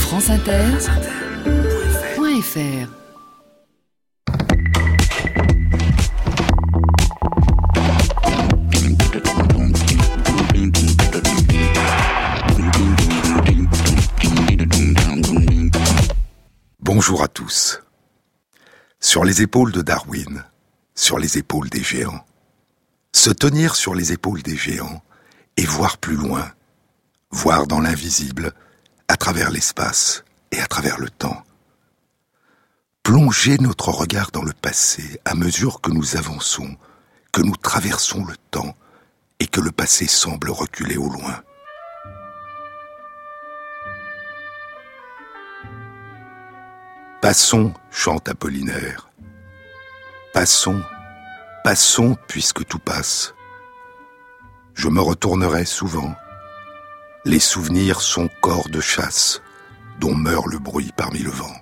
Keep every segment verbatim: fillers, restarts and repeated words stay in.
franceinter point f r. Bonjour à tous. Sur les épaules de Darwin, sur les épaules des géants. Se tenir sur les épaules des géants et voir plus loin, voir dans l'invisible, à travers l'espace et à travers le temps. Plonger notre regard dans le passé à mesure que nous avançons, que nous traversons le temps et que le passé semble reculer au loin. Passons, chante Apollinaire. Passons, passons puisque tout passe. Je me retournerai souvent. Les souvenirs sont corps de chasse, dont meurt le bruit parmi le vent.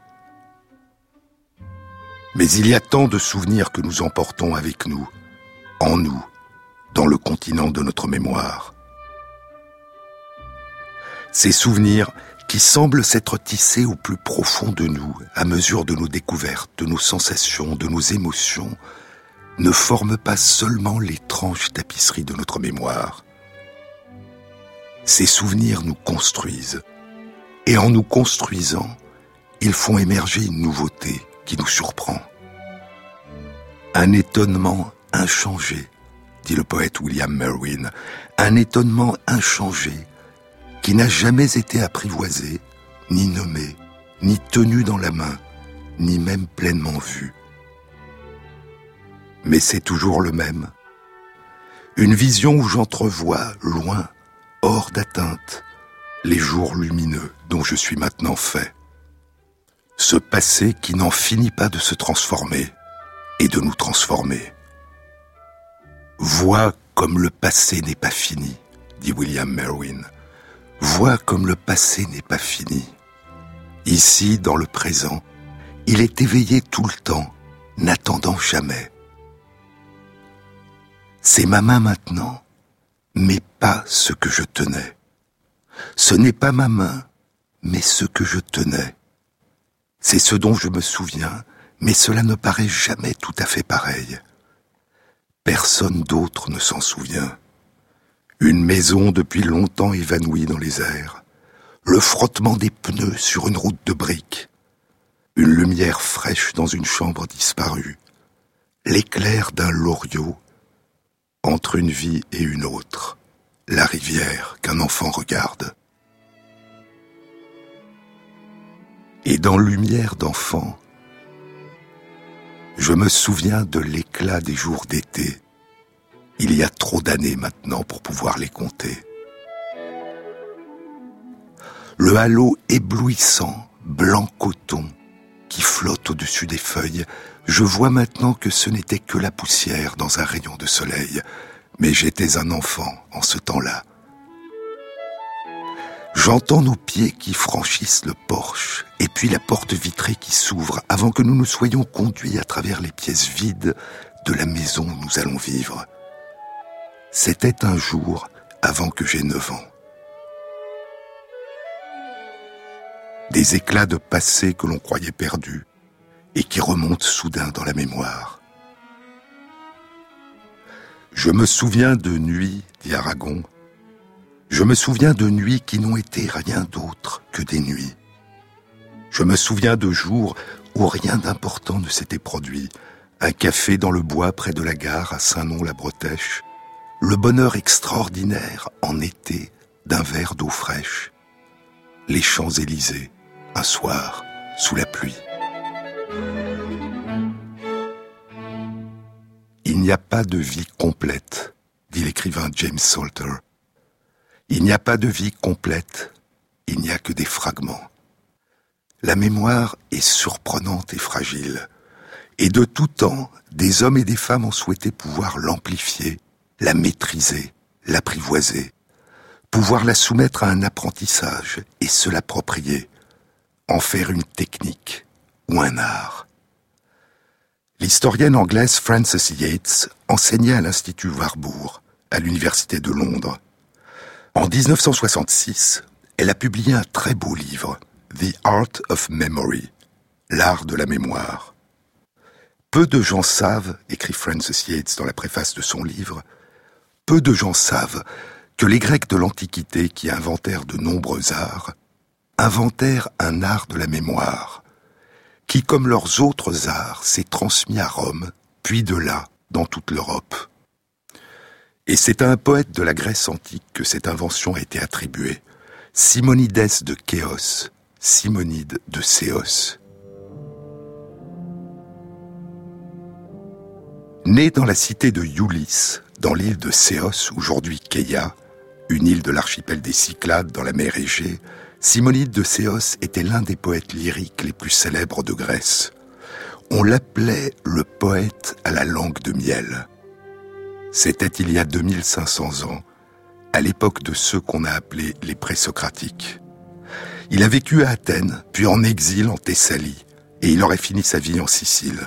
Mais il y a tant de souvenirs que nous emportons avec nous, en nous, dans le continent de notre mémoire. Ces souvenirs qui semblent s'être tissés au plus profond de nous, à mesure de nos découvertes, de nos sensations, de nos émotions, ne forment pas seulement l'étrange tapisserie de notre mémoire. Ces souvenirs nous construisent, et en nous construisant, ils font émerger une nouveauté qui nous surprend. Un étonnement inchangé, dit le poète William Merwin, un étonnement inchangé, qui n'a jamais été apprivoisé, ni nommé, ni tenu dans la main, ni même pleinement vu. Mais c'est toujours le même. Une vision où j'entrevois, loin, hors d'atteinte, les jours lumineux dont je suis maintenant fait. Ce passé qui n'en finit pas de se transformer et de nous transformer. Vois comme le passé n'est pas fini, dit William Merwin. Vois comme le passé n'est pas fini. Ici, dans le présent, il est éveillé tout le temps, n'attendant jamais. C'est ma main maintenant, mais pas ce que je tenais. Ce n'est pas ma main, mais ce que je tenais. C'est ce dont je me souviens, mais cela ne paraît jamais tout à fait pareil. Personne d'autre ne s'en souvient. Une maison depuis longtemps évanouie dans les airs, le frottement des pneus sur une route de briques, une lumière fraîche dans une chambre disparue, l'éclair d'un loriot, entre une vie et une autre, la rivière qu'un enfant regarde. Et dans lumière d'enfant, je me souviens de l'éclat des jours d'été. Il y a trop d'années maintenant pour pouvoir les compter. Le halo éblouissant, blanc coton, qui flotte au-dessus des feuilles, je vois maintenant que ce n'était que la poussière dans un rayon de soleil, mais j'étais un enfant en ce temps-là. J'entends nos pieds qui franchissent le porche, et puis la porte vitrée qui s'ouvre avant que nous nous soyons conduits à travers les pièces vides de la maison où nous allons vivre. C'était un jour avant que j'aie neuf ans. Des éclats de passé que l'on croyait perdus et qui remontent soudain dans la mémoire. Je me souviens de nuits, dit Aragon. Je me souviens de nuits qui n'ont été rien d'autre que des nuits. Je me souviens de jours où rien d'important ne s'était produit. Un café dans le bois près de la gare à Saint-Nom-la-Bretèche. Le bonheur extraordinaire, en été, d'un verre d'eau fraîche. Les Champs-Élysées, un soir, sous la pluie. Il n'y a pas de vie complète, dit l'écrivain James Salter. Il n'y a pas de vie complète, il n'y a que des fragments. La mémoire est surprenante et fragile. Et de tout temps, des hommes et des femmes ont souhaité pouvoir l'amplifier, la maîtriser, l'apprivoiser, pouvoir la soumettre à un apprentissage et se l'approprier, en faire une technique ou un art. L'historienne anglaise Frances Yates enseignait à l'Institut Warburg, à l'Université de Londres. En dix-neuf cent soixante-six, elle a publié un très beau livre, The Art of Memory, l'art de la mémoire. Peu de gens savent, écrit Francis Yates dans la préface de son livre, peu de gens savent que les Grecs de l'Antiquité qui inventèrent de nombreux arts, inventèrent un art de la mémoire, qui, comme leurs autres arts, s'est transmis à Rome, puis de là, dans toute l'Europe. Et c'est à un poète de la Grèce antique que cette invention a été attribuée, Simonides de Chéos, Simonide de Céos. Né dans la cité de Iulis, dans l'île de Céos, aujourd'hui Keia, une île de l'archipel des Cyclades dans la mer Égée, Simonide de Céos était l'un des poètes lyriques les plus célèbres de Grèce. On l'appelait le poète à la langue de miel. C'était il y a deux mille cinq cents ans, à l'époque de ceux qu'on a appelés les présocratiques. Il a vécu à Athènes, puis en exil en Thessalie, et il aurait fini sa vie en Sicile.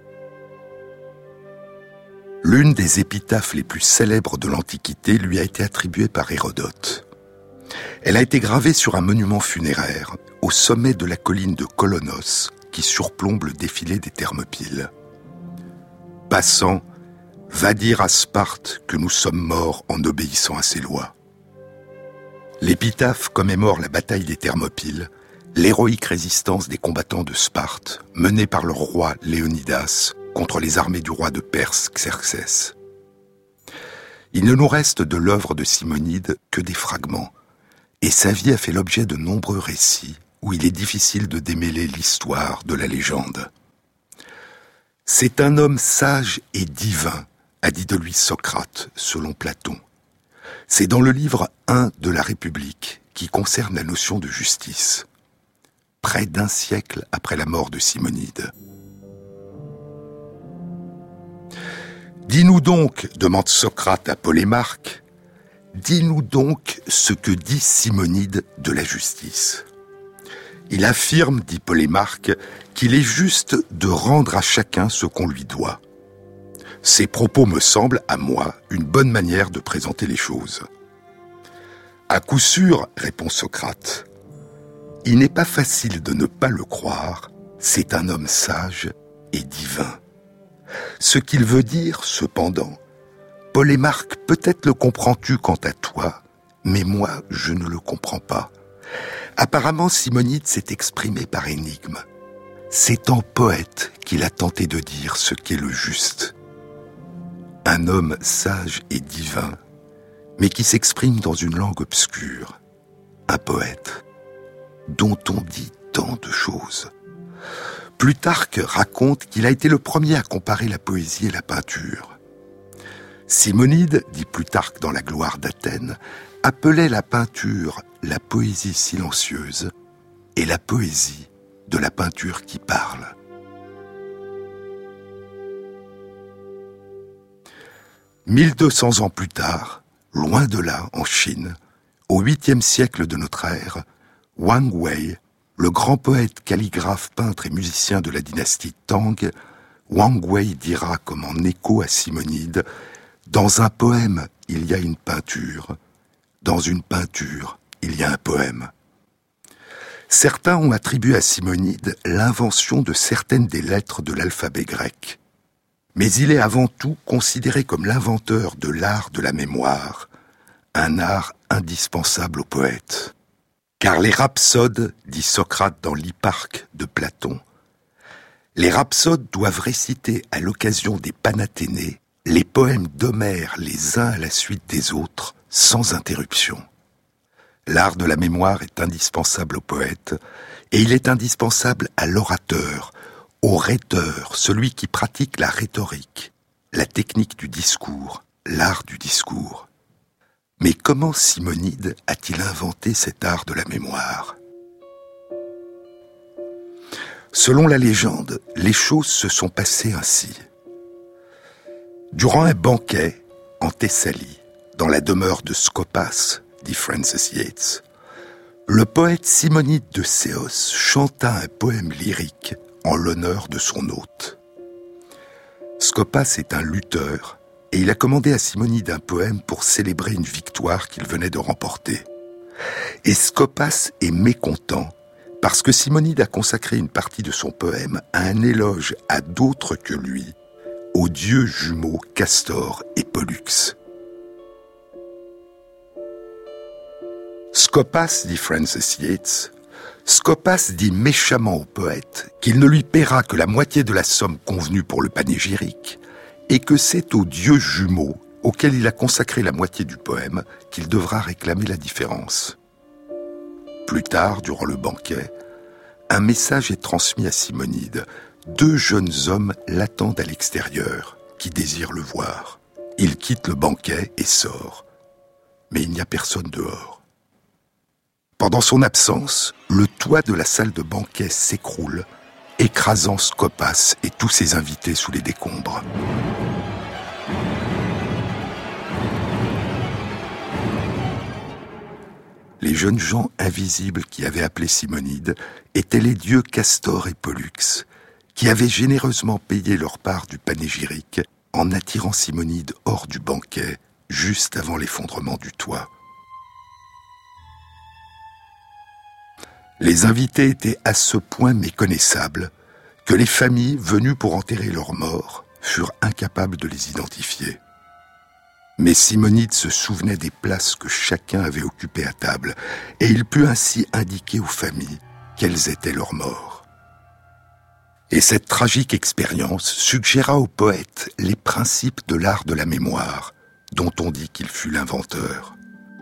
L'une des épitaphes les plus célèbres de l'Antiquité lui a été attribuée par Hérodote. Elle a été gravée sur un monument funéraire, au sommet de la colline de Kolonos, qui surplombe le défilé des Thermopyles. Passant, va dire à Sparte que nous sommes morts en obéissant à ses lois. L'épitaphe commémore la bataille des Thermopyles, l'héroïque résistance des combattants de Sparte, menée par leur roi Léonidas contre les armées du roi de Perse Xerxès. Il ne nous reste de l'œuvre de Simonide que des fragments, et sa vie a fait l'objet de nombreux récits où il est difficile de démêler l'histoire de la légende. C'est un homme sage et divin, a dit de lui Socrate, selon Platon. C'est dans le livre un de la République, qui concerne la notion de justice, près d'un siècle après la mort de Simonide. Dis-nous donc, demande Socrate à Polémarque, dis-nous donc ce que dit Simonide de la justice. Il affirme, dit Polémarque, qu'il est juste de rendre à chacun ce qu'on lui doit. Ces propos me semblent, à moi, une bonne manière de présenter les choses. À coup sûr, répond Socrate, il n'est pas facile de ne pas le croire, c'est un homme sage et divin. Ce qu'il veut dire, cependant, Polémarque, peut-être le comprends-tu quant à toi, mais moi, je ne le comprends pas. Apparemment, Simonide s'est exprimé par énigme. C'est en poète qu'il a tenté de dire ce qu'est le juste. Un homme sage et divin, mais qui s'exprime dans une langue obscure. Un poète, dont on dit tant de choses. Plutarque raconte qu'il a été le premier à comparer la poésie et la peinture. Simonide, dit Plutarque dans la gloire d'Athènes, appelait la peinture la poésie silencieuse et la poésie de la peinture qui parle. mille deux cents ans plus tard, loin de là, en Chine, au huitième siècle de notre ère, Wang Wei, le grand poète, calligraphe, peintre et musicien de la dynastie Tang, Wang Wei dira comme en écho à Simonide, « Dans un poème, il y a une peinture. Dans une peinture, il y a un poème. » Certains ont attribué à Simonide l'invention de certaines des lettres de l'alphabet grec. Mais il est avant tout considéré comme l'inventeur de l'art de la mémoire, un art indispensable aux poètes. Car les rhapsodes, dit Socrate dans l'Hipparque de Platon, les rhapsodes doivent réciter à l'occasion des Panathénées les poèmes d'Homère les uns à la suite des autres, sans interruption. L'art de la mémoire est indispensable au poète, et il est indispensable à l'orateur, au rhéteur, celui qui pratique la rhétorique, la technique du discours, l'art du discours. Mais comment Simonide a-t-il inventé cet art de la mémoire ? Selon la légende, les choses se sont passées ainsi. Durant un banquet en Thessalie, dans la demeure de Scopas, dit Francis Yates, le poète Simonide de Céos chanta un poème lyrique en l'honneur de son hôte. Scopas est un lutteur et il a commandé à Simonide un poème pour célébrer une victoire qu'il venait de remporter. Et Scopas est mécontent Parce que Simonide a consacré une partie de son poème à un éloge à d'autres que lui, aux dieux jumeaux Castor et Pollux. Scopas, dit Francis Yates, Scopas dit méchamment au poète qu'il ne lui paiera que la moitié de la somme convenue pour le panégyrique et que c'est aux dieux jumeaux, auxquels il a consacré la moitié du poème, qu'il devra réclamer la différence. Plus tard, durant le banquet, un message est transmis à Simonide. Deux jeunes hommes l'attendent à l'extérieur, qui désirent le voir. Il quitte le banquet et sort. Mais il n'y a personne dehors. Pendant son absence, le toit de la salle de banquet s'écroule, écrasant Scopas et tous ses invités sous les décombres. Les jeunes gens invisibles qui avaient appelé Simonide étaient les dieux Castor et Pollux, qui avaient généreusement payé leur part du panégyrique en attirant Simonide hors du banquet, juste avant l'effondrement du toit. Les invités étaient à ce point méconnaissables que les familles venues pour enterrer leurs morts furent incapables de les identifier. Mais Simonide se souvenait des places que chacun avait occupées à table, et il put ainsi indiquer aux familles quels étaient leurs morts. Et cette tragique expérience suggéra au poète les principes de l'art de la mémoire, dont on dit qu'il fut l'inventeur.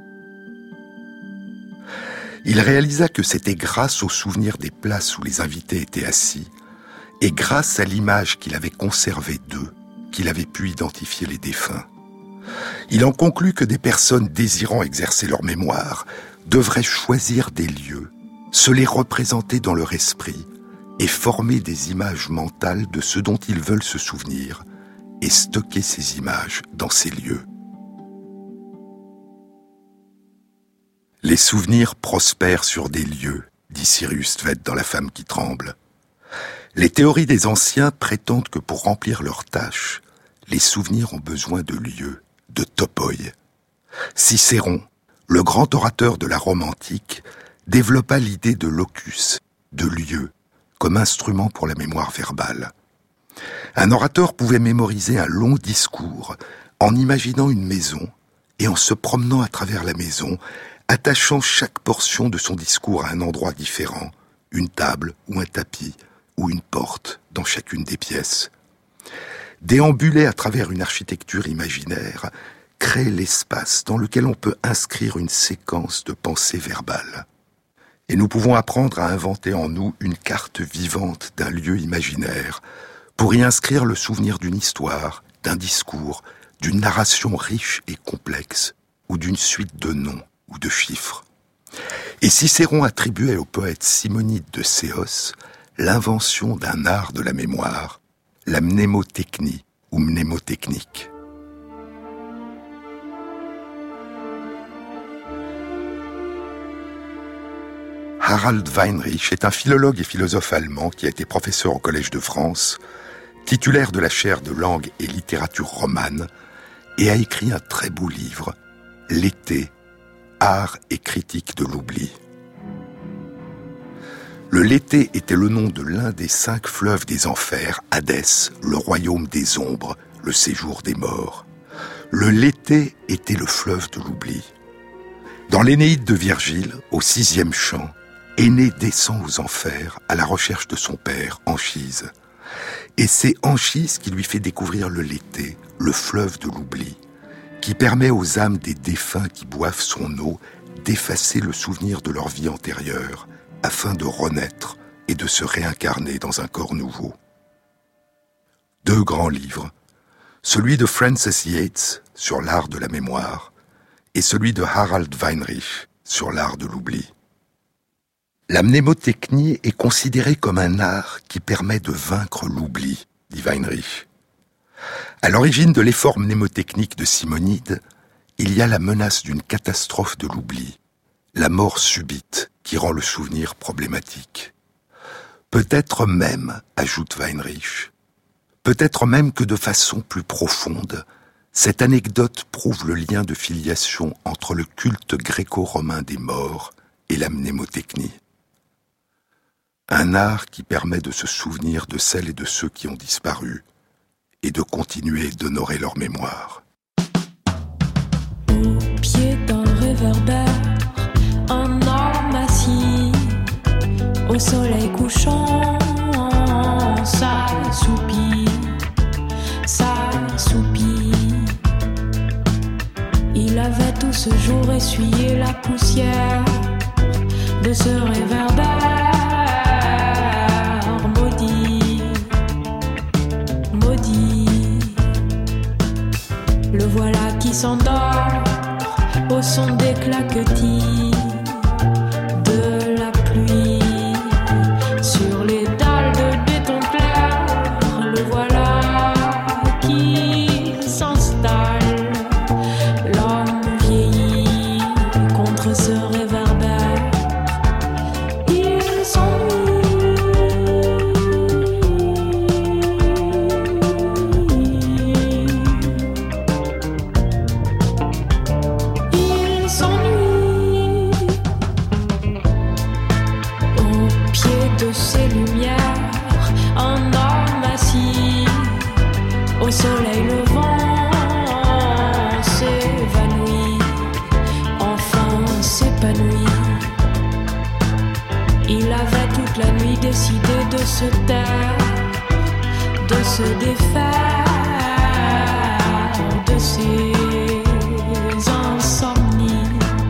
Il réalisa que c'était grâce au souvenir des places où les invités étaient assis, et grâce à l'image qu'il avait conservée d'eux, qu'il avait pu identifier les défunts. Il en conclut que des personnes désirant exercer leur mémoire devraient choisir des lieux, se les représenter dans leur esprit et former des images mentales de ce dont ils veulent se souvenir et stocker ces images dans ces lieux. Les souvenirs prospèrent sur des lieux, dit Cyrus Tvet dans La femme qui tremble. Les théories des anciens prétendent que pour remplir leurs tâches, les souvenirs ont besoin de lieux, de topoi. Cicéron, le grand orateur de la Rome antique, développa l'idée de locus, de lieu, comme instrument pour la mémoire verbale. Un orateur pouvait mémoriser un long discours en imaginant une maison et en se promenant à travers la maison, attachant chaque portion de son discours à un endroit différent, une table ou un tapis ou une porte dans chacune des pièces. Déambuler à travers une architecture imaginaire crée l'espace dans lequel on peut inscrire une séquence de pensées verbales. Et nous pouvons apprendre à inventer en nous une carte vivante d'un lieu imaginaire pour y inscrire le souvenir d'une histoire, d'un discours, d'une narration riche et complexe ou d'une suite de noms ou de chiffres. Et Cicéron attribuait au poète Simonide de Céos l'invention d'un art de la mémoire, la mnémotechnie ou mnémotechnique. Harald Weinrich est un philologue et philosophe allemand qui a été professeur au Collège de France, titulaire de la chaire de langue et littérature romane, et a écrit un très beau livre, L'été, art et critique de l'oubli. Le Lété était le nom de l'un des cinq fleuves des enfers, Hadès, le royaume des ombres, le séjour des morts. Le Lété était le fleuve de l'oubli. Dans l'Énéide de Virgile, au sixième chant, Énée descend aux enfers à la recherche de son père, Anchise. Et c'est Anchise qui lui fait découvrir le Lété, le fleuve de l'oubli, qui permet aux âmes des défunts qui boivent son eau d'effacer le souvenir de leur vie antérieure, afin de renaître et de se réincarner dans un corps nouveau. Deux grands livres, celui de Francis Yates sur l'art de la mémoire et celui de Harald Weinrich sur l'art de l'oubli. La mnémotechnie est considérée comme un art qui permet de vaincre l'oubli, dit Weinrich. À l'origine de l'effort mnémotechnique de Simonide, il y a la menace d'une catastrophe de l'oubli, la mort subite qui rend le souvenir problématique. Peut-être même, ajoute Weinrich, peut-être même que de façon plus profonde, cette anecdote prouve le lien de filiation entre le culte gréco-romain des morts et la mnémotechnie. Un art qui permet de se souvenir de celles et de ceux qui ont disparu et de continuer d'honorer leur mémoire. Au pied d'un réverbère, un homme assis au soleil couchant, ça soupire, ça soupire. Il avait tout ce jour essuyé la poussière de ce réverbère maudit, maudit. Le voilà qui s'endort au son des claquetis de la pluie sur les dalles de béton clair. Le voilà qui s'installe, l'homme vieillit contre ce réverbère. Il s'ennuie, il s'ennuie. Au pied de ces lumières, un homme assis au soleil levant s'évanouit, enfin s'épanouit. Il avait toute la nuit décidé de se taire, de se défaire de ses insomnies.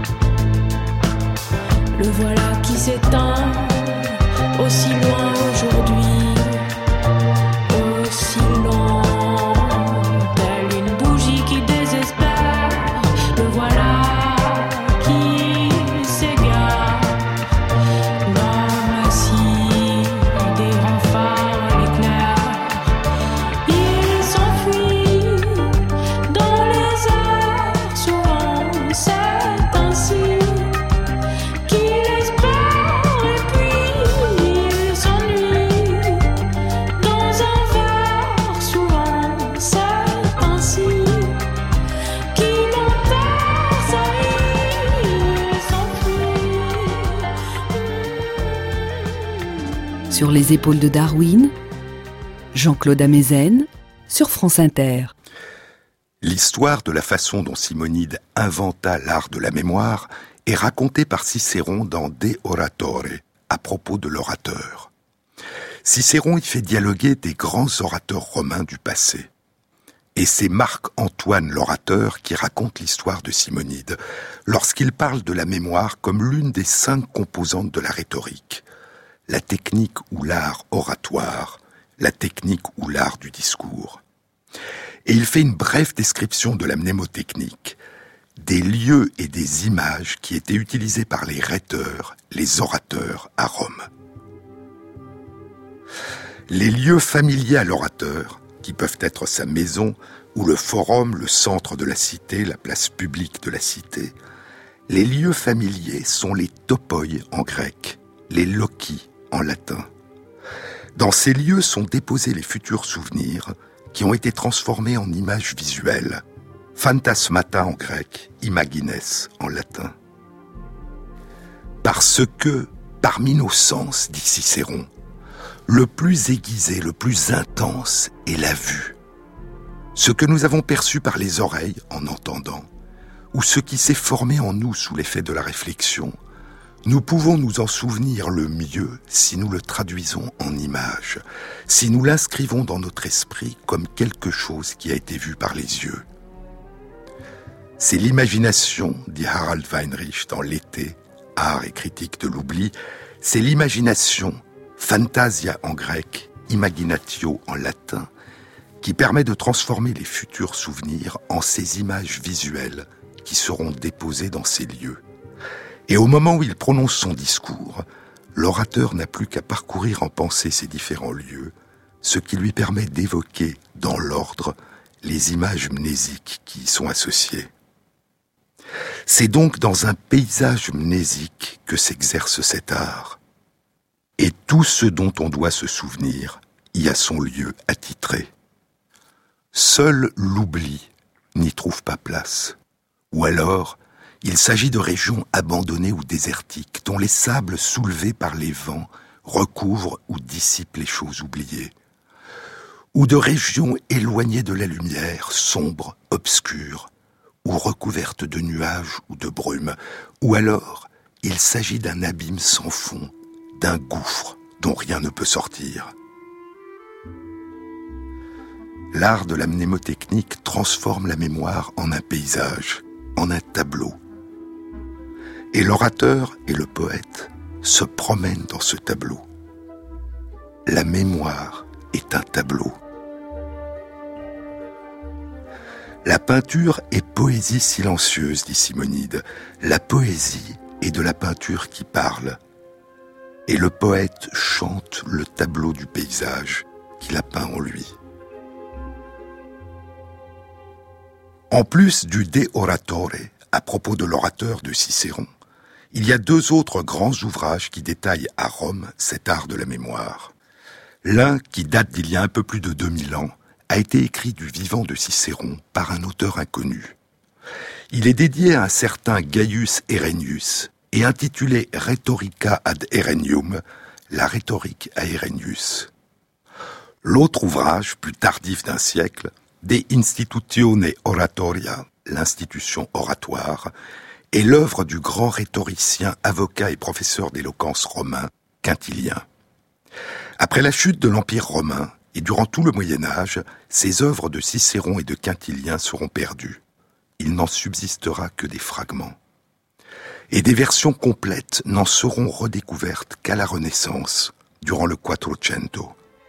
Le voilà qui s'éteint aussi loin aujourd'hui, aussi loin, telle une bougie qui désespère. Le voilà qui s'égare, l'homme assis des remparts à l'éclair. Il s'enfuit dans les airs, souvent c'est ainsi qu'il espère, et puis il s'ennuie dans un verre, souvent c'est ainsi qu'il enterre sa vie. Il s'enfuit. Sur les épaules de Darwin, Jean-Claude Amezen, sur France Inter. L'histoire de la façon dont Simonide inventa l'art de la mémoire est racontée par Cicéron dans De Oratore, à propos de l'orateur. Cicéron y fait dialoguer des grands orateurs romains du passé. Et c'est Marc-Antoine l'orateur qui raconte l'histoire de Simonide, lorsqu'il parle de la mémoire comme l'une des cinq composantes de la rhétorique. La technique ou l'art oratoire, la technique ou l'art du discours. Et il fait une brève description de la mnémotechnique, des lieux et des images qui étaient utilisés par les rhéteurs, les orateurs à Rome. Les lieux familiers à l'orateur, qui peuvent être sa maison, ou le forum, le centre de la cité, la place publique de la cité, les lieux familiers sont les topoi en grec, les loci en latin. Dans ces lieux sont déposés les futurs souvenirs qui ont été transformés en images visuelles. Phantasmata en grec, imagines en latin. Parce que, parmi nos sens, dit Cicéron, le plus aiguisé, le plus intense est la vue. Ce que nous avons perçu par les oreilles en entendant, ou ce qui s'est formé en nous sous l'effet de la réflexion, nous pouvons nous en souvenir le mieux si nous le traduisons en images, si nous l'inscrivons dans notre esprit comme quelque chose qui a été vu par les yeux. C'est l'imagination, dit Harald Weinrich dans L'été, art et critique de l'oubli, c'est l'imagination, fantasia en grec, imaginatio en latin, qui permet de transformer les futurs souvenirs en ces images visuelles qui seront déposées dans ces lieux. Et au moment où il prononce son discours, l'orateur n'a plus qu'à parcourir en pensée ces différents lieux, ce qui lui permet d'évoquer, dans l'ordre, les images mnésiques qui y sont associées. C'est donc dans un paysage mnésique que s'exerce cet art. Et tout ce dont on doit se souvenir y a son lieu attitré. Seul l'oubli n'y trouve pas place. Ou alors, il s'agit de régions abandonnées ou désertiques, dont les sables soulevés par les vents recouvre ou dissipe les choses oubliées. Ou de régions éloignées de la lumière, sombres, obscures, ou recouvertes de nuages ou de brumes, ou alors il s'agit d'un abîme sans fond, d'un gouffre dont rien ne peut sortir. L'art de la mnémotechnique transforme la mémoire en un paysage, en un tableau. Et l'orateur et le poète se promènent dans ce tableau. La mémoire est un tableau. La peinture est poésie silencieuse, dit Simonide. La poésie est de la peinture qui parle. Et le poète chante le tableau du paysage qu'il a peint en lui. En plus du De Oratore, à propos de l'orateur de Cicéron, il y a deux autres grands ouvrages qui détaillent à Rome cet art de la mémoire. L'un, qui date d'il y a un peu plus de deux mille ans, a été écrit du vivant de Cicéron par un auteur inconnu. Il est dédié à un certain Gaius Herennius et intitulé Rhetorica ad Herennium, la rhétorique à Herennius. L'autre ouvrage, plus tardif d'un siècle, De Institutione Oratoria, l'institution oratoire, est l'œuvre du grand rhétoricien, avocat et professeur d'éloquence romain, Quintilien. Après la chute de l'Empire romain, et durant tout le Moyen-Âge, ces œuvres de Cicéron et de Quintilien seront perdues. Il n'en subsistera que des fragments. Et des versions complètes n'en seront redécouvertes qu'à la Renaissance, durant le Quattrocento.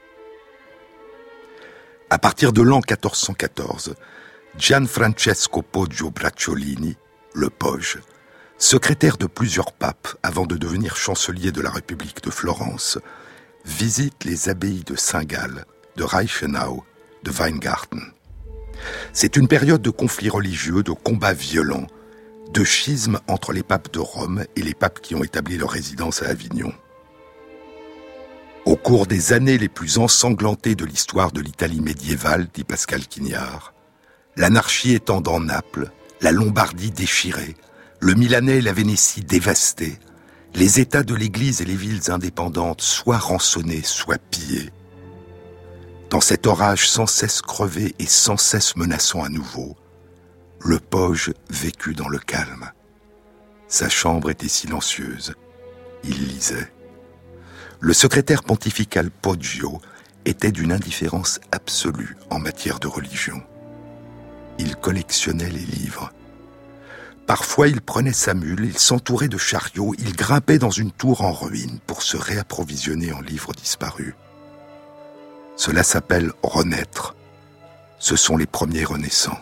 À partir de l'an quatorze cent quatorze, Gianfrancesco Poggio Bracciolini, le Poge, secrétaire de plusieurs papes avant de devenir chancelier de la République de Florence, visite les abbayes de Saint-Gall, de Reichenau, de Weingarten. C'est une période de conflits religieux, de combats violents, de schismes entre les papes de Rome et les papes qui ont établi leur résidence à Avignon. Au cours des années les plus ensanglantées de l'histoire de l'Italie médiévale, dit Pascal Quignard, l'anarchie étant dans Naples, la Lombardie déchirée, le Milanais et la Vénétie dévastés, les États de l'Église et les villes indépendantes soit rançonnés, soit pillés. Dans cet orage sans cesse crevé et sans cesse menaçant à nouveau, le Poge vécut dans le calme. Sa chambre était silencieuse. Il lisait. Le secrétaire pontifical Poggio était d'une indifférence absolue en matière de religion. Il collectionnait les livres. Parfois, il prenait sa mule, il s'entourait de chariots, il grimpait dans une tour en ruine pour se réapprovisionner en livres disparus. Cela s'appelle renaître. Ce sont les premiers renaissants.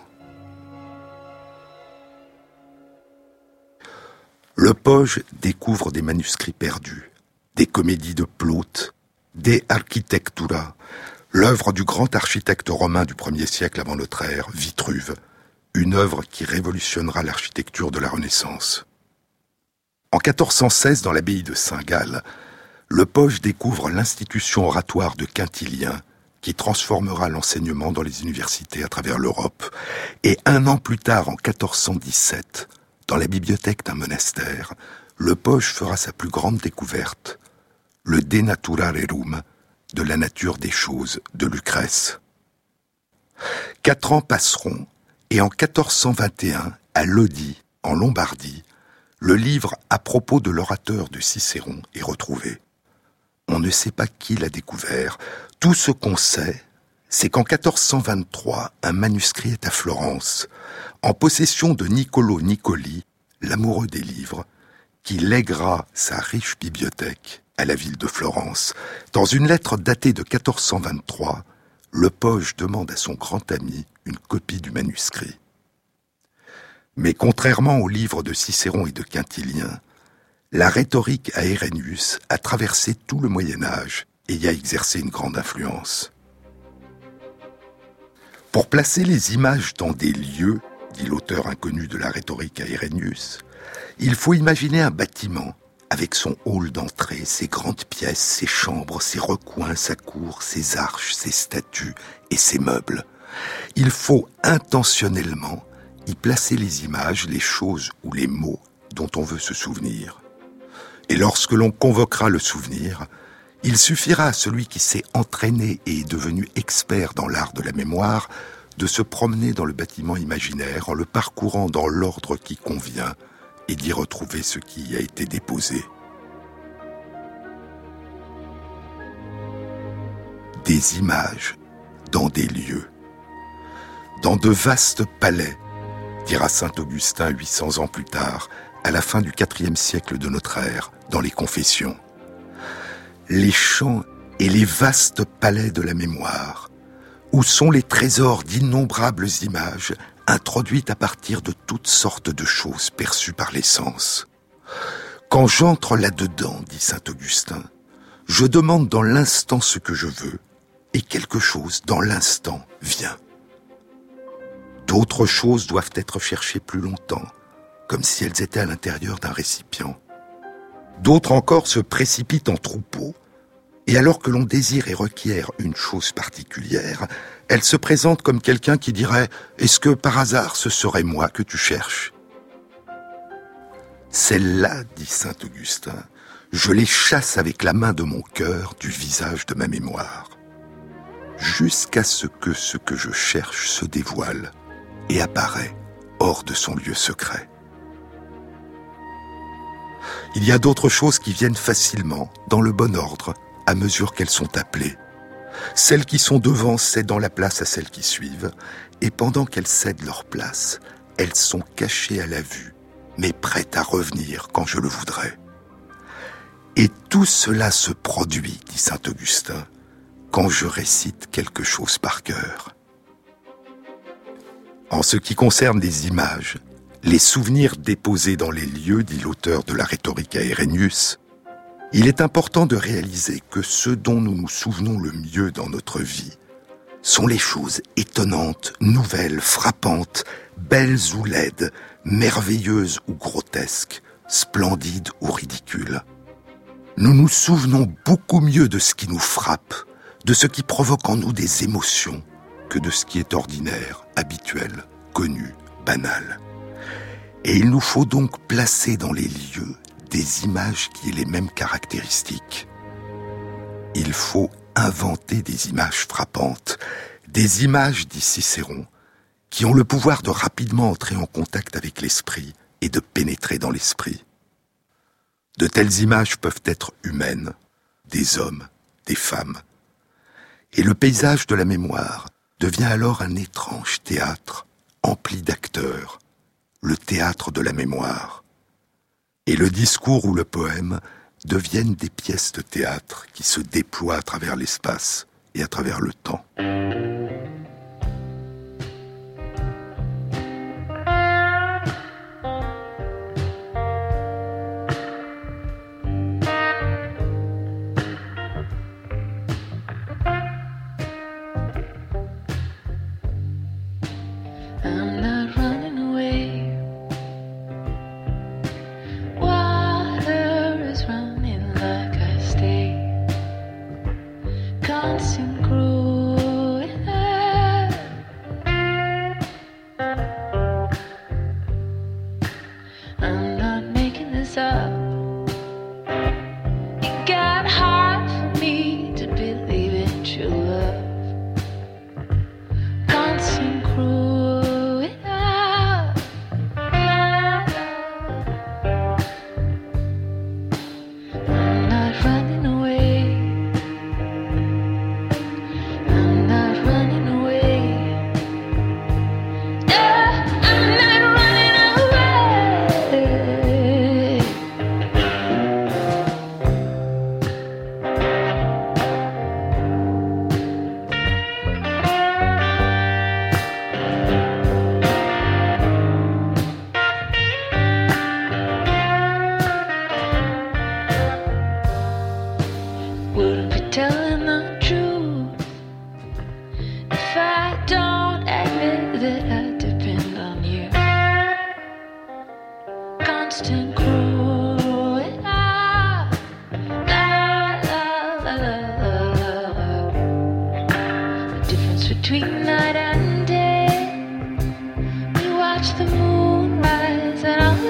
Le Poge découvre des manuscrits perdus, des comédies de Plaute, des Architectura, l'œuvre du grand architecte romain du premier siècle avant notre ère, Vitruve, une œuvre qui révolutionnera l'architecture de la Renaissance. En quatorze cent seize, dans l'abbaye de Saint-Gall, le Poge découvre l'institution oratoire de Quintilien, qui transformera l'enseignement dans les universités à travers l'Europe. Et un an plus tard, en quatorze cent dix-sept, dans la bibliothèque d'un monastère, le Poge fera sa plus grande découverte, le De Natura Rerum, de la nature des choses, de Lucrèce. Quatre ans passeront, et en quatorze cent vingt et un, à Lodi, en Lombardie, le livre à propos de l'orateur de Cicéron est retrouvé. On ne sait pas qui l'a découvert. Tout ce qu'on sait, c'est qu'en quatorze cent vingt-trois, un manuscrit est à Florence, en possession de Niccolò Niccoli, l'amoureux des livres, qui lèguera sa riche bibliothèque à la ville de Florence. Dans une lettre datée de quatorze cent vingt-trois, le Poge demande à son grand ami une copie du manuscrit. Mais contrairement aux livres de Cicéron et de Quintilien, la rhétorique à Herennius a traversé tout le Moyen-Âge et y a exercé une grande influence. Pour placer les images dans des lieux, dit l'auteur inconnu de la rhétorique à Herennius, il faut imaginer un bâtiment avec son hall d'entrée, ses grandes pièces, ses chambres, ses recoins, sa cour, ses arches, ses statues et ses meubles. Il faut intentionnellement y placer les images, les choses ou les mots dont on veut se souvenir. Et lorsque l'on convoquera le souvenir, Il suffira à celui qui s'est entraîné et est devenu expert dans l'art de la mémoire de se promener dans le bâtiment imaginaire en le parcourant dans l'ordre qui convient et d'y retrouver ce qui y a été déposé. Des images dans des lieux, dans de vastes palais, dira saint Augustin huit cents ans plus tard, à la fin du quatrième siècle de notre ère, dans les Confessions. Les champs et les vastes palais de la mémoire, où sont les trésors d'innombrables images introduites à partir de toutes sortes de choses perçues par les sens. Quand j'entre là-dedans, dit saint Augustin, je demande dans l'instant ce que je veux, et quelque chose dans l'instant vient. D'autres choses doivent être cherchées plus longtemps, comme si elles étaient à l'intérieur d'un récipient. D'autres encore se précipitent en troupeau, et alors que l'on désire et requiert une chose particulière, elle se présente comme quelqu'un qui dirait « Est-ce que par hasard ce serait moi que tu cherches ?» Celles-là, dit saint Augustin, je les chasse avec la main de mon cœur du visage de ma mémoire, jusqu'à ce que ce que je cherche se dévoile et apparaît hors de son lieu secret. Il y a d'autres choses qui viennent facilement, dans le bon ordre, à mesure qu'elles sont appelées. Celles qui sont devant cédant la place à celles qui suivent, et pendant qu'elles cèdent leur place, elles sont cachées à la vue, mais prêtes à revenir quand je le voudrais. Et tout cela se produit, dit saint Augustin, quand je récite quelque chose par cœur. En ce qui concerne les images, les souvenirs déposés dans les lieux, dit l'auteur de la rhétorique à Irénius, il est important de réaliser que ce dont nous nous souvenons le mieux dans notre vie sont les choses étonnantes, nouvelles, frappantes, belles ou laides, merveilleuses ou grotesques, splendides ou ridicules. Nous nous souvenons beaucoup mieux de ce qui nous frappe, de ce qui provoque en nous des émotions, que de ce qui est ordinaire, habituel, connu, banal. Et il nous faut donc placer dans les lieux des images qui aient les mêmes caractéristiques. Il faut inventer des images frappantes, des images, dit Cicéron, qui ont le pouvoir de rapidement entrer en contact avec l'esprit et de pénétrer dans l'esprit. De telles images peuvent être humaines, des hommes, des femmes. Et le paysage de la mémoire devient alors un étrange théâtre, empli d'acteurs, le théâtre de la mémoire. Et le discours ou le poème deviennent des pièces de théâtre qui se déploient à travers l'espace et à travers le temps.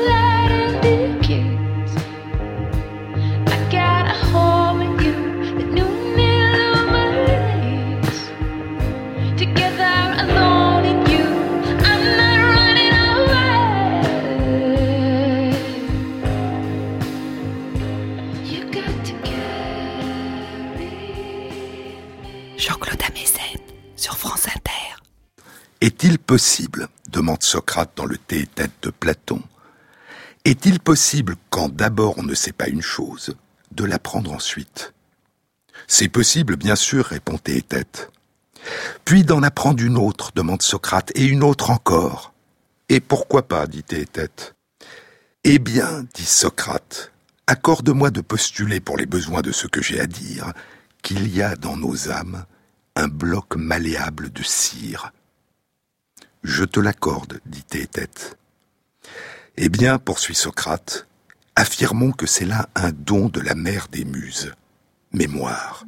Got a home in you. Jean-Claude Amezen, sur France Inter. Est-il possible, demande Socrate dans le Théétète de Platon, est-il possible, quand d'abord on ne sait pas une chose, de l'apprendre ensuite ? C'est possible, bien sûr, répond Théétète. Puis d'en apprendre une autre, demande Socrate, et une autre encore. Et pourquoi pas, dit Théétète. Eh bien, dit Socrate, accorde-moi de postuler pour les besoins de ce que j'ai à dire, qu'il y a dans nos âmes un bloc malléable de cire. Je te l'accorde, dit Théétète. Eh bien, poursuit Socrate, affirmons que c'est là un don de la mère des muses, mémoire.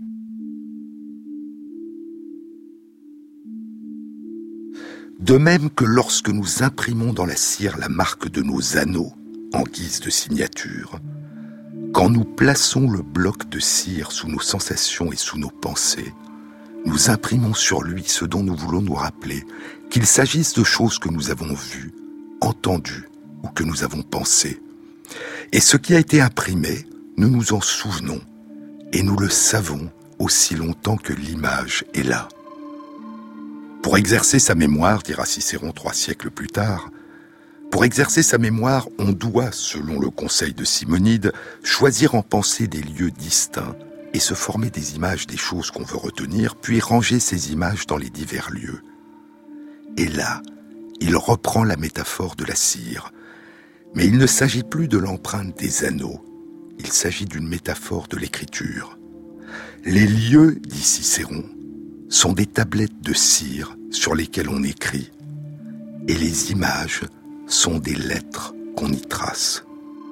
De même que lorsque nous imprimons dans la cire la marque de nos anneaux, en guise de signature, quand nous plaçons le bloc de cire sous nos sensations et sous nos pensées, nous imprimons sur lui ce dont nous voulons nous rappeler, qu'il s'agisse de choses que nous avons vues, entendues ou que nous avons pensées. Et ce qui a été imprimé, nous nous en souvenons, et nous le savons aussi longtemps que l'image est là. Pour exercer sa mémoire, dira Cicéron trois siècles plus tard, pour exercer sa mémoire, on doit, selon le conseil de Simonide, choisir en pensée des lieux distincts et se former des images des choses qu'on veut retenir, puis ranger ces images dans les divers lieux. Et là, il reprend la métaphore de la cire. Mais il ne s'agit plus de l'empreinte des anneaux, il s'agit d'une métaphore de l'écriture. Les lieux, dit Cicéron, sont des tablettes de cire sur lesquelles on écrit, et les images sont des lettres qu'on y trace.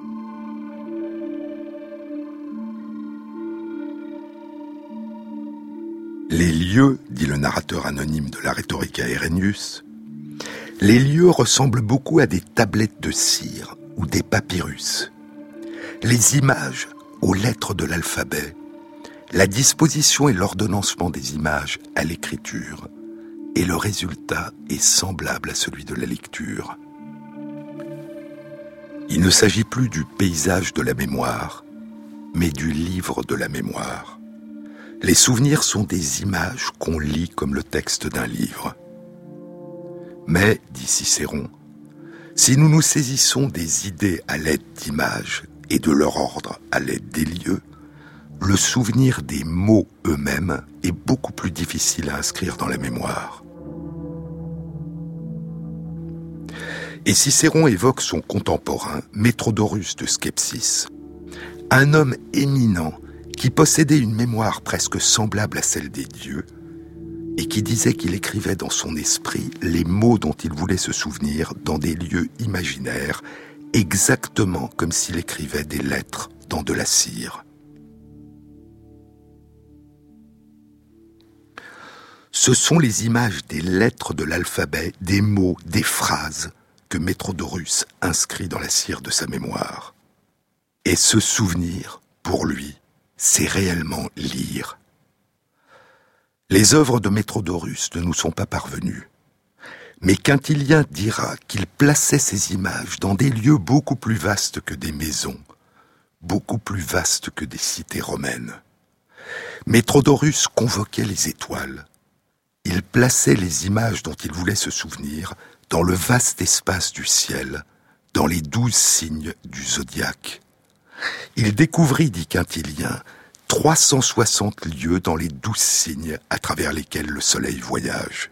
Les lieux, dit le narrateur anonyme de la Rhetorica Herennius, les lieux ressemblent beaucoup à des tablettes de cire ou des papyrus. Les images aux lettres de l'alphabet, la disposition et l'ordonnancement des images à l'écriture, et le résultat est semblable à celui de la lecture. Il ne s'agit plus du paysage de la mémoire, mais du livre de la mémoire. Les souvenirs sont des images qu'on lit comme le texte d'un livre. Mais, dit Cicéron, si nous nous saisissons des idées à l'aide d'images et de leur ordre à l'aide des lieux, le souvenir des mots eux-mêmes est beaucoup plus difficile à inscrire dans la mémoire. Et Cicéron évoque son contemporain, Métrodorus de Skepsis, un homme éminent qui possédait une mémoire presque semblable à celle des dieux et qui disait qu'il écrivait dans son esprit les mots dont il voulait se souvenir dans des lieux imaginaires, exactement comme s'il écrivait des lettres dans de la cire. Ce sont les images des lettres de l'alphabet, des mots, des phrases que Métrodorus inscrit dans la cire de sa mémoire. Et ce souvenir, pour lui, c'est réellement lire. Les œuvres de Métrodorus ne nous sont pas parvenues. Mais Quintilien dira qu'il plaçait ces images dans des lieux beaucoup plus vastes que des maisons, beaucoup plus vastes que des cités romaines. Métrodorus convoquait les étoiles. Il plaçait les images dont il voulait se souvenir dans le vaste espace du ciel, dans les douze signes du zodiaque. Il découvrit, dit Quintilien, trois cent soixante lieux dans les douze signes à travers lesquels le soleil voyage.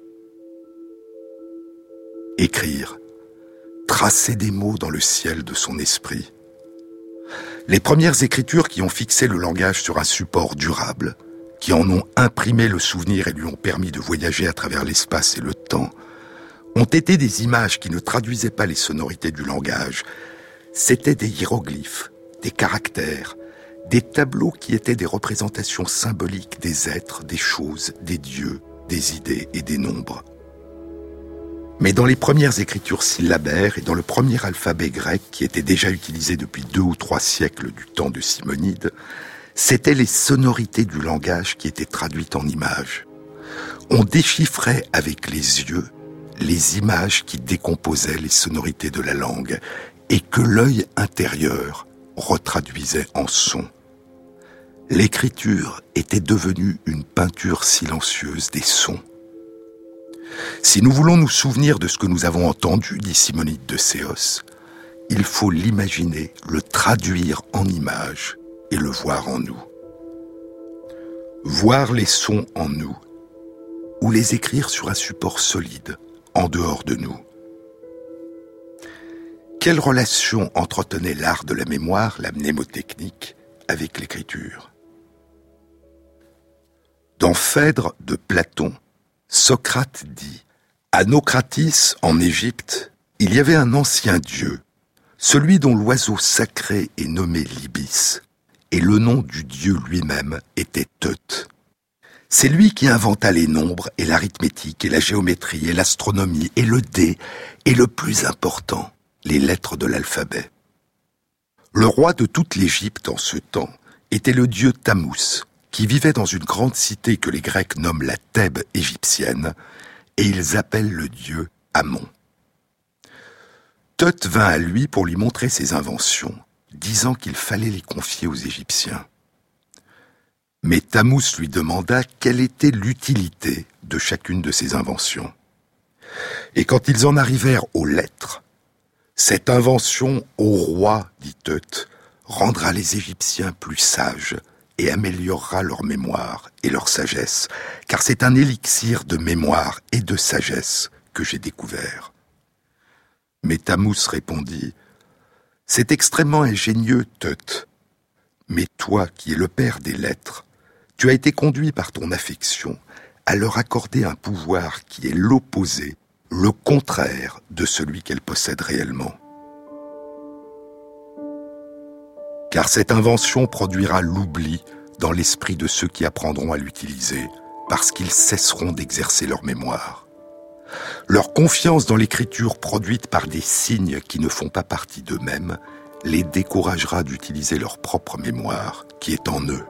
Écrire, tracer des mots dans le ciel de son esprit. Les premières écritures qui ont fixé le langage sur un support durable, qui en ont imprimé le souvenir et lui ont permis de voyager à travers l'espace et le temps, ont été des images qui ne traduisaient pas les sonorités du langage. C'étaient des hiéroglyphes, des caractères, des tableaux qui étaient des représentations symboliques des êtres, des choses, des dieux, des idées et des nombres. Mais dans les premières écritures syllabaires et dans le premier alphabet grec qui était déjà utilisé depuis deux ou trois siècles du temps de Simonide, c'étaient les sonorités du langage qui étaient traduites en images. On déchiffrait avec les yeux les images qui décomposaient les sonorités de la langue et que l'œil intérieur retraduisait en son. L'écriture était devenue une peinture silencieuse des sons. Si nous voulons nous souvenir de ce que nous avons entendu, dit Simonide de Séos, il faut l'imaginer, le traduire en images et le voir en nous. Voir les sons en nous, ou les écrire sur un support solide, en dehors de nous. Quelle relation entretenait l'art de la mémoire, la mnémotechnique, avec l'écriture ? Dans Phèdre de Platon, Socrate dit « À Naucratis, en Égypte, il y avait un ancien dieu, celui dont l'oiseau sacré est nommé Libis, et le nom du dieu lui-même était Teut. C'est lui qui inventa les nombres et l'arithmétique et la géométrie et l'astronomie et le dé et le plus important, les lettres de l'alphabet. Le roi de toute l'Égypte en ce temps était le dieu Thammuz, qui vivait dans une grande cité que les Grecs nomment la Thèbes égyptienne, et ils appellent le dieu Amon. Teut vint à lui pour lui montrer ses inventions, disant qu'il fallait les confier aux Égyptiens. Mais Thammuz lui demanda quelle était l'utilité de chacune de ses inventions. Et quand ils en arrivèrent aux lettres, « Cette invention au roi, dit Teut, rendra les Égyptiens plus sages et améliorera leur mémoire et leur sagesse, car c'est un élixir de mémoire et de sagesse que j'ai découvert. » Mais Thammuz répondit « C'est extrêmement ingénieux, Teut, mais toi qui es le père des lettres, tu as été conduit par ton affection à leur accorder un pouvoir qui est l'opposé, le contraire de celui qu'elles possèdent réellement. Car cette invention produira l'oubli dans l'esprit de ceux qui apprendront à l'utiliser, parce qu'ils cesseront d'exercer leur mémoire. Leur confiance dans l'écriture produite par des signes qui ne font pas partie d'eux-mêmes les découragera d'utiliser leur propre mémoire qui est en eux.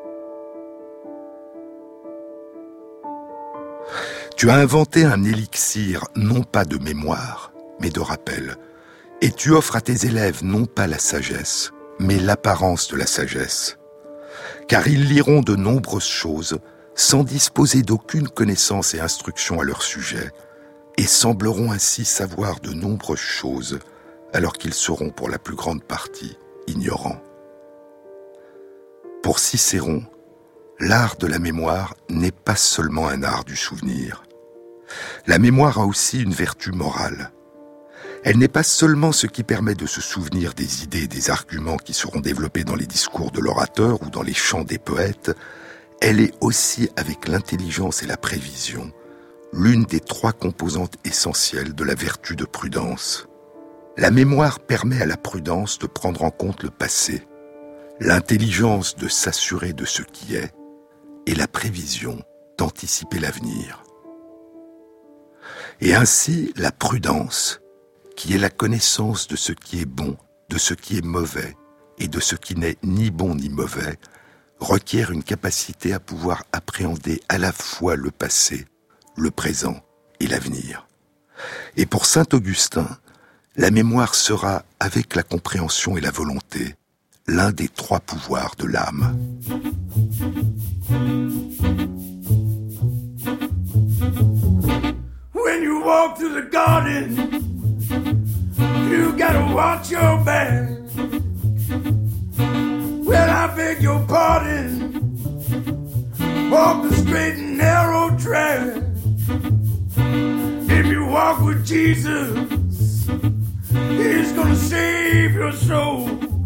Tu as inventé un élixir non pas de mémoire, mais de rappel, et tu offres à tes élèves non pas la sagesse, mais l'apparence de la sagesse. Car ils liront de nombreuses choses sans disposer d'aucune connaissance et instruction à leur sujet, et sembleront ainsi savoir de nombreuses choses, alors qu'ils seront pour la plus grande partie ignorants. Pour Cicéron, l'art de la mémoire n'est pas seulement un art du souvenir. La mémoire a aussi une vertu morale. Elle n'est pas seulement ce qui permet de se souvenir des idées et des arguments qui seront développés dans les discours de l'orateur ou dans les chants des poètes, elle est aussi, avec l'intelligence et la prévision, l'une des trois composantes essentielles de la vertu de prudence. La mémoire permet à la prudence de prendre en compte le passé, l'intelligence de s'assurer de ce qui est, et la prévision d'anticiper l'avenir. Et ainsi, la prudence, qui est la connaissance de ce qui est bon, de ce qui est mauvais, et de ce qui n'est ni bon ni mauvais, requiert une capacité à pouvoir appréhender à la fois le passé, le présent et l'avenir. Et pour saint Augustin, la mémoire sera, avec la compréhension et la volonté, l'un des trois pouvoirs de l'âme. When you walk through the garden, you gotta watch your back. Well, I beg your pardon, walk the straight and narrow track. If you walk with Jesus, He's gonna save your soul.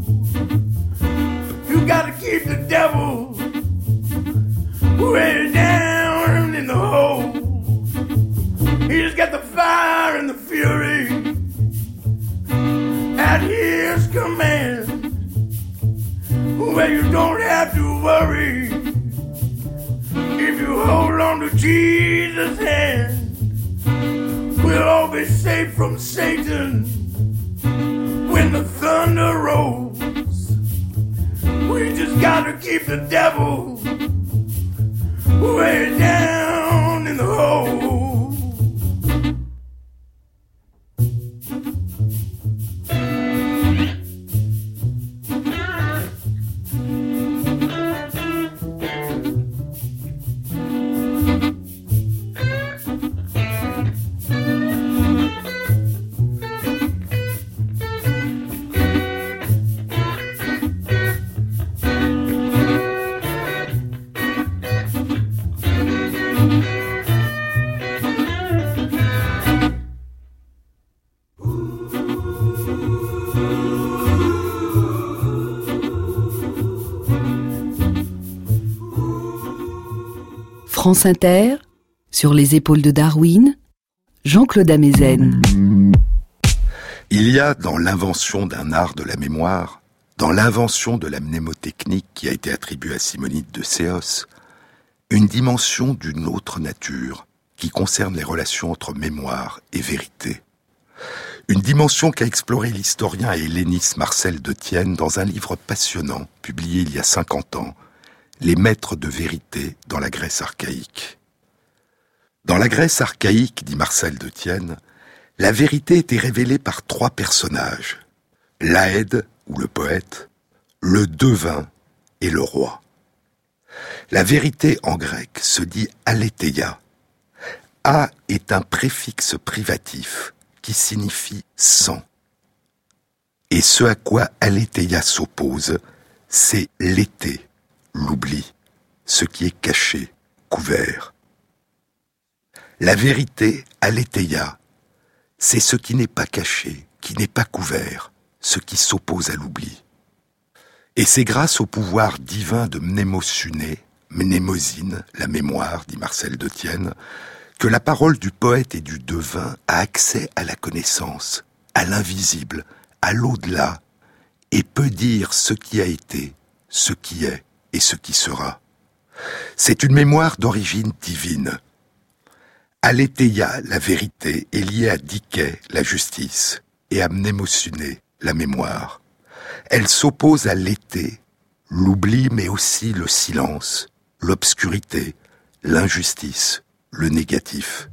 You gotta keep the devil way down in the hole. He's got the fire and the fury at His command. Well, you don't have to worry if you hold on to Jesus' hand. We'll all be safe from Satan when the thunder rolls. We just gotta keep the devil way down in the hole. France Inter, sur les épaules de Darwin, Jean-Claude Amezen. Il y a dans l'invention d'un art de la mémoire, dans l'invention de la mnémotechnique qui a été attribuée à Simonide de Séos, une dimension d'une autre nature qui concerne les relations entre mémoire et vérité. Une dimension qu'a exploré l'historien et helléniste Marcel de Thienne dans un livre passionnant, publié il y a cinquante ans, Les maîtres de vérité dans la Grèce archaïque. Dans la Grèce archaïque, dit Marcel de Thienne, la vérité était révélée par trois personnages, l'Aède, ou le poète, le devin et le roi. La vérité en grec se dit aletheia. A est un préfixe privatif qui signifie sans. Et ce à quoi aletheia s'oppose, c'est l'été, l'oubli, ce qui est caché, couvert. La vérité, aletheia, c'est ce qui n'est pas caché, qui n'est pas couvert, ce qui s'oppose à l'oubli. Et c'est grâce au pouvoir divin de mnémosuné, mnémosine, la mémoire, dit Marcel de Thienne, que la parole du poète et du devin a accès à la connaissance, à l'invisible, à l'au-delà, et peut dire ce qui a été, ce qui est et ce qui sera. C'est une mémoire d'origine divine. Aletheia, la vérité, est liée à Dike, la justice, et à mnémosuné, la mémoire. Elle s'oppose à l'été, l'oubli mais aussi le silence, l'obscurité, l'injustice, le négatif.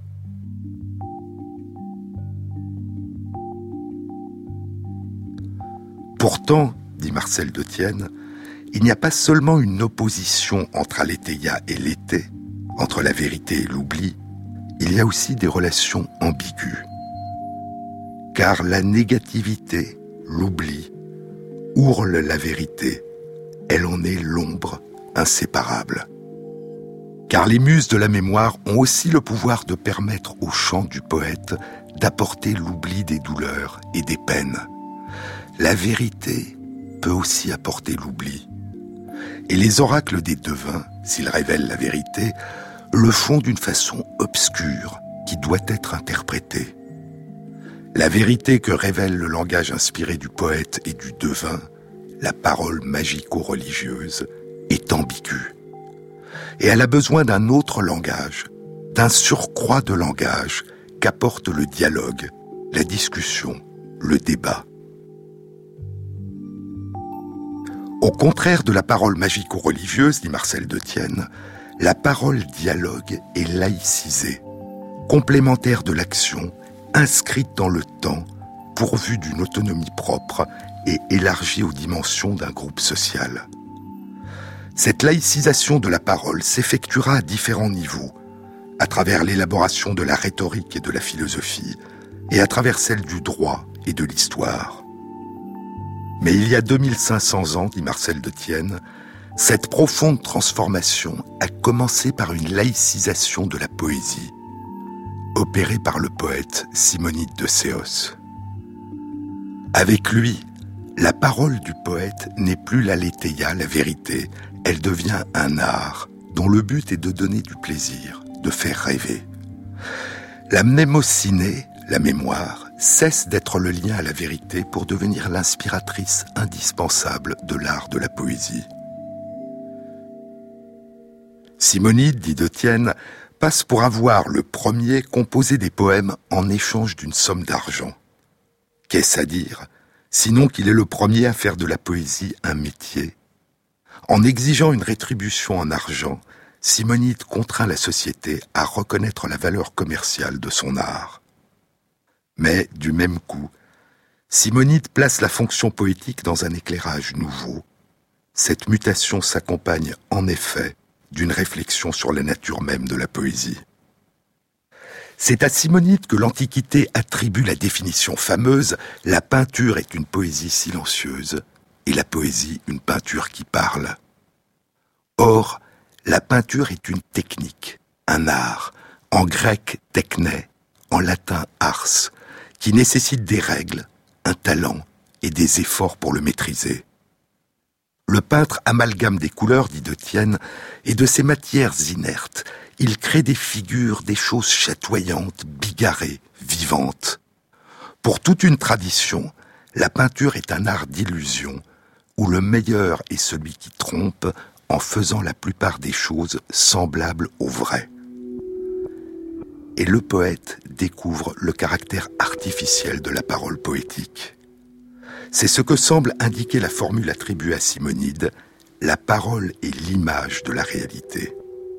Pourtant, dit Marcel de Thienne, il n'y a pas seulement une opposition entre aletheia et l'été, entre la vérité et l'oubli, il y a aussi des relations ambiguës. Car la négativité, l'oubli, ourle la vérité, elle en est l'ombre inséparable. Car les muses de la mémoire ont aussi le pouvoir de permettre au chant du poète d'apporter l'oubli des douleurs et des peines. La vérité peut aussi apporter l'oubli. Et les oracles des devins, s'ils révèlent la vérité, le font d'une façon obscure qui doit être interprétée. La vérité que révèle le langage inspiré du poète et du devin, la parole magico-religieuse, est ambiguë. Et elle a besoin d'un autre langage, d'un surcroît de langage qu'apporte le dialogue, la discussion, le débat. Au contraire de la parole magico-religieuse, dit Marcel de Thienne, la parole dialogue est laïcisée, complémentaire de l'action, inscrite dans le temps, pourvue d'une autonomie propre et élargie aux dimensions d'un groupe social. Cette laïcisation de la parole s'effectuera à différents niveaux, à travers l'élaboration de la rhétorique et de la philosophie, et à travers celle du droit et de l'histoire. Mais il y a deux mille cinq cents ans, dit Marcel de Thienne, cette profonde transformation a commencé par une laïcisation de la poésie, opérée par le poète Simonide de Séos. Avec lui, la parole du poète n'est plus l'aletheia, la vérité, elle devient un art dont le but est de donner du plaisir, de faire rêver. La mnémosyné, la mémoire, cesse d'être le lien à la vérité pour devenir l'inspiratrice indispensable de l'art de la poésie. Simonide, dit de Thienne, passe pour avoir le premier composé des poèmes en échange d'une somme d'argent. Qu'est-ce à dire, sinon qu'il est le premier à faire de la poésie un métier? En exigeant une rétribution en argent, Simonide contraint la société à reconnaître la valeur commerciale de son art. Mais, du même coup, Simonide place la fonction poétique dans un éclairage nouveau. Cette mutation s'accompagne, en effet, d'une réflexion sur la nature même de la poésie. C'est à Simonide que l'Antiquité attribue la définition fameuse « La peinture est une poésie silencieuse et la poésie une peinture qui parle ». Or, la peinture est une technique, un art, en grec « techné », en latin « ars », qui nécessite des règles, un talent et des efforts pour le maîtriser. Le peintre amalgame des couleurs, dit de Thienne, et de ces matières inertes, il crée des figures, des choses chatoyantes, bigarrées, vivantes. Pour toute une tradition, la peinture est un art d'illusion, où le meilleur est celui qui trompe en faisant la plupart des choses semblables au vrai. Et le poète découvre le caractère artificiel de la parole poétique. C'est ce que semble indiquer la formule attribuée à Simonide, la parole est l'image de la réalité.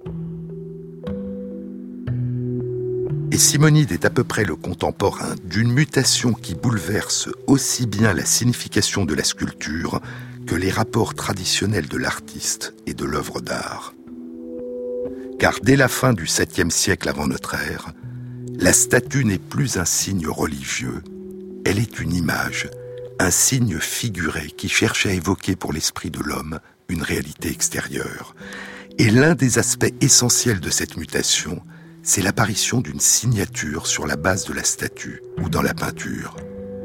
Et Simonide est à peu près le contemporain d'une mutation qui bouleverse aussi bien la signification de la sculpture que les rapports traditionnels de l'artiste et de l'œuvre d'art. Car dès la fin du septième siècle avant notre ère, la statue n'est plus un signe religieux, elle est une image, un signe figuré qui cherche à évoquer pour l'esprit de l'homme une réalité extérieure. Et l'un des aspects essentiels de cette mutation, c'est l'apparition d'une signature sur la base de la statue ou dans la peinture.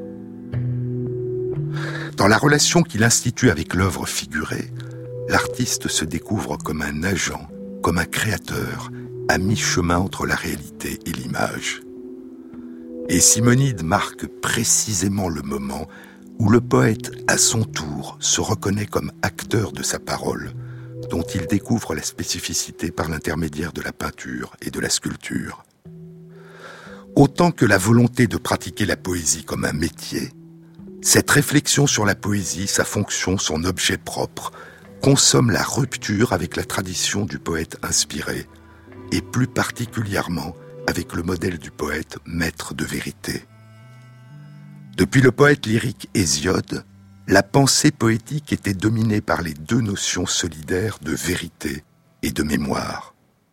Dans la relation qu'il institue avec l'œuvre figurée, l'artiste se découvre comme un agent, comme un créateur, à mi-chemin entre la réalité et l'image. Et Simonide marque précisément le moment où le poète, à son tour, se reconnaît comme acteur de sa parole, dont il découvre la spécificité par l'intermédiaire de la peinture et de la sculpture. Autant que la volonté de pratiquer la poésie comme un métier, cette réflexion sur la poésie, sa fonction, son objet propre, consomme la rupture avec la tradition du poète inspiré, et plus particulièrement avec le modèle du poète maître de vérité. Depuis le poète lyrique Hésiode, la pensée poétique était dominée par les deux notions solidaires de vérité et de mémoire.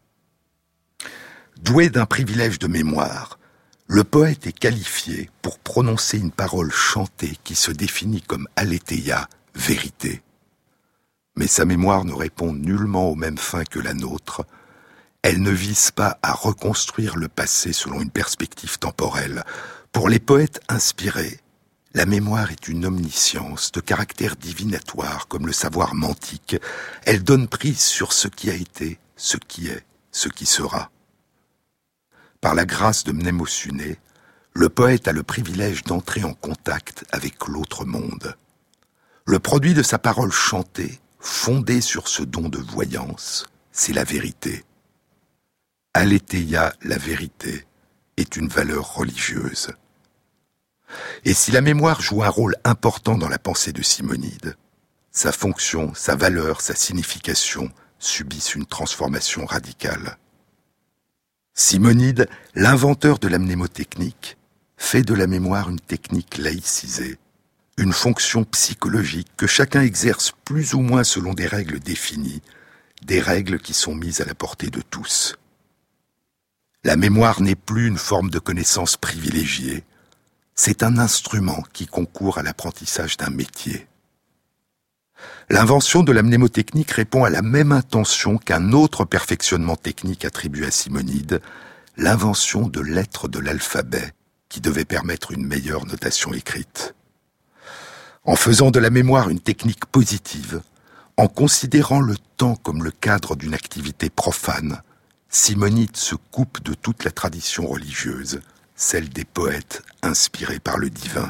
Doué d'un privilège de mémoire, le poète est qualifié pour prononcer une parole chantée qui se définit comme aletheia, vérité. Mais sa mémoire ne répond nullement aux mêmes fins que la nôtre. Elle ne vise pas à reconstruire le passé selon une perspective temporelle. Pour les poètes inspirés, la mémoire est une omniscience de caractère divinatoire comme le savoir mantique. Elle donne prise sur ce qui a été, ce qui est, ce qui sera. Par la grâce de Mnémosyné, le poète a le privilège d'entrer en contact avec l'autre monde. Le produit de sa parole chantée, fondée sur ce don de voyance, c'est la vérité. Aletheia, la vérité, est une valeur religieuse. Et si la mémoire joue un rôle important dans la pensée de Simonide, sa fonction, sa valeur, sa signification subissent une transformation radicale. Simonide, l'inventeur de la mnémotechnique, fait de la mémoire une technique laïcisée, une fonction psychologique que chacun exerce plus ou moins selon des règles définies, des règles qui sont mises à la portée de tous. La mémoire n'est plus une forme de connaissance privilégiée, c'est un instrument qui concourt à l'apprentissage d'un métier. L'invention de la mnémotechnique répond à la même intention qu'un autre perfectionnement technique attribué à Simonide, l'invention de lettres de l'alphabet, qui devait permettre une meilleure notation écrite. En faisant de la mémoire une technique positive, en considérant le temps comme le cadre d'une activité profane, Simonide se coupe de toute la tradition religieuse, celle des poètes inspirés par le divin.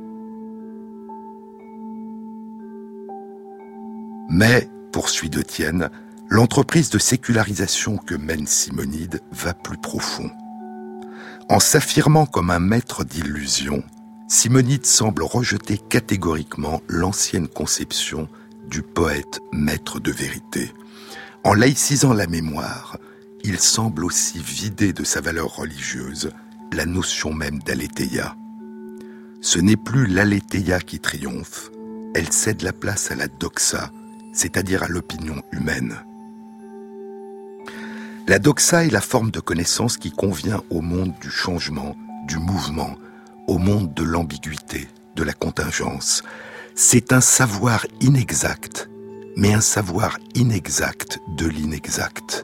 Mais, poursuit De Tienne, l'entreprise de sécularisation que mène Simonide va plus profond. En s'affirmant comme un maître d'illusion, Simonide semble rejeter catégoriquement l'ancienne conception du poète maître de vérité. En laïcisant la mémoire, il semble aussi vider de sa valeur religieuse la notion même d'aletheia. Ce n'est plus l'aletheia qui triomphe, elle cède la place à la doxa, c'est-à-dire à l'opinion humaine. La doxa est la forme de connaissance qui convient au monde du changement, du mouvement, au monde de l'ambiguïté, de la contingence. C'est un savoir inexact, mais un savoir inexact de l'inexact.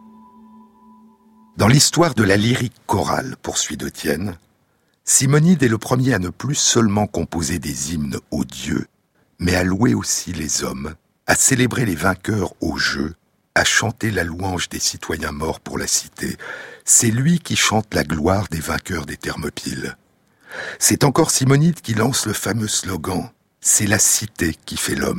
Dans l'histoire de la lyrique chorale, poursuit De Tienne, Simonide est le premier à ne plus seulement composer des hymnes aux dieux, mais à louer aussi les hommes, à célébrer les vainqueurs au jeu à chanter la louange des citoyens morts pour la cité. C'est lui qui chante la gloire des vainqueurs des Thermopyles. C'est encore Simonide qui lance le fameux slogan « C'est la cité qui fait l'homme ».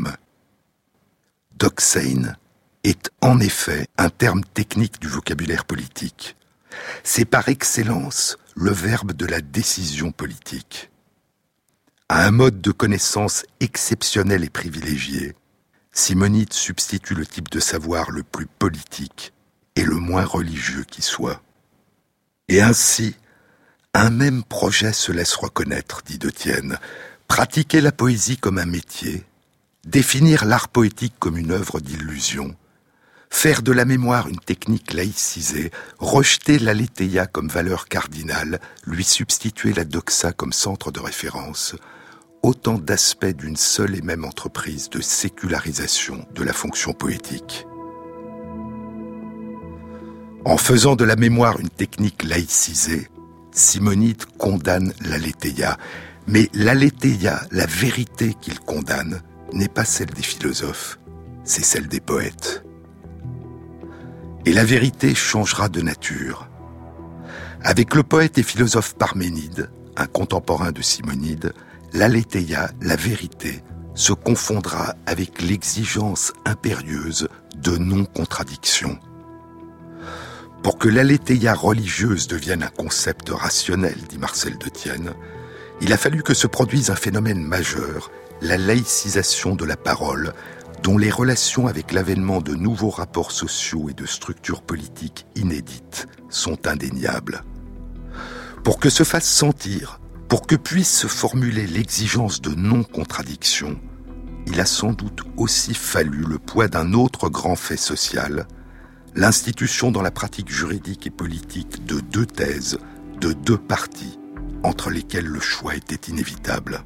Doxane est en effet un terme technique du vocabulaire politique. C'est par excellence le verbe de la décision politique. À un mode de connaissance exceptionnel et privilégié, Simonide substitue le type de savoir le plus politique et le moins religieux qui soit. Et ainsi, un même projet se laisse reconnaître, dit De Tienne. Pratiquer la poésie comme un métier, définir l'art poétique comme une œuvre d'illusion, faire de la mémoire une technique laïcisée, rejeter l'aletheia comme valeur cardinale, lui substituer la doxa comme centre de référence, autant d'aspects d'une seule et même entreprise de sécularisation de la fonction poétique. En faisant de la mémoire une technique laïcisée, Simonide condamne l'aletheia, mais l'aletheia, la vérité qu'il condamne, n'est pas celle des philosophes, c'est celle des poètes. Et la vérité changera de nature. Avec le poète et philosophe Parménide, un contemporain de Simonide, l'aletheia, la vérité, se confondra avec l'exigence impérieuse de non-contradiction. Pour que l'aletheia religieuse devienne un concept rationnel, dit Marcel De Tienne, il a fallu que se produise un phénomène majeur, la laïcisation de la parole, dont les relations avec l'avènement de nouveaux rapports sociaux et de structures politiques inédites sont indéniables. Pour que se fasse sentir, pour que puisse se formuler l'exigence de non-contradiction, il a sans doute aussi fallu le poids d'un autre grand fait social, l'institution dans la pratique juridique et politique de deux thèses, de deux partis, entre lesquels le choix était inévitable.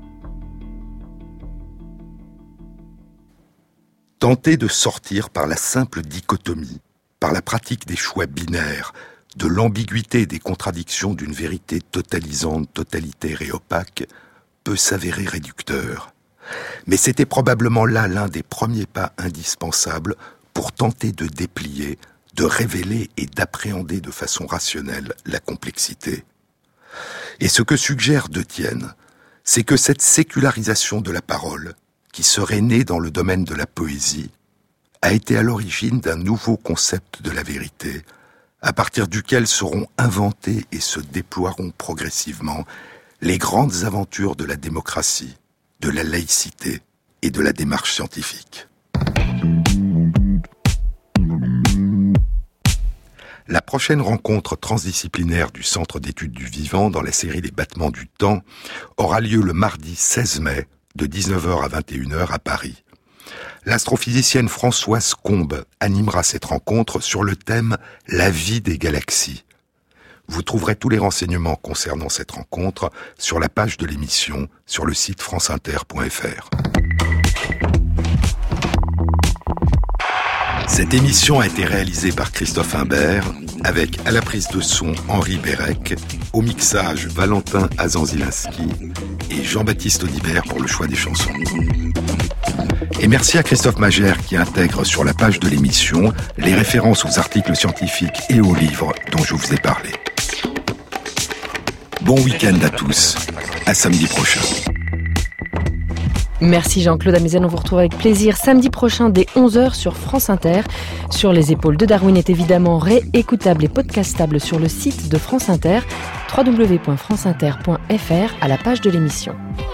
Tenter de sortir par la simple dichotomie, par la pratique des choix binaires, de l'ambiguïté et des contradictions d'une vérité totalisante, totalitaire et opaque, peut s'avérer réducteur. Mais c'était probablement là l'un des premiers pas indispensables pour tenter de déplier, de révéler et d'appréhender de façon rationnelle la complexité. Et ce que suggère De Tienne, c'est que cette sécularisation de la parole, qui serait née dans le domaine de la poésie, a été à l'origine d'un nouveau concept de la vérité, à partir duquel seront inventées et se déploieront progressivement les grandes aventures de la démocratie, de la laïcité et de la démarche scientifique. La prochaine rencontre transdisciplinaire du Centre d'études du vivant dans la série Les battements du temps aura lieu le mardi seize mai de dix-neuf heures à vingt et une heures à Paris. L'astrophysicienne Françoise Combe animera cette rencontre sur le thème « La vie des galaxies ». Vous trouverez tous les renseignements concernant cette rencontre sur la page de l'émission sur le site franceinter point f r. Cette émission a été réalisée par Christophe Imbert, avec à la prise de son Henri Bérec, au mixage Valentin Azanzilinski et Jean-Baptiste Audibert pour le choix des chansons. Et merci à Christophe Magère qui intègre sur la page de l'émission les références aux articles scientifiques et aux livres dont je vous ai parlé. Bon week-end à tous, à samedi prochain. Merci Jean-Claude Amezen, on vous retrouve avec plaisir samedi prochain dès onze heures sur France Inter. Sur les épaules de Darwin est évidemment réécoutable et podcastable sur le site de France Inter, w w w point france inter point f r, à la page de l'émission.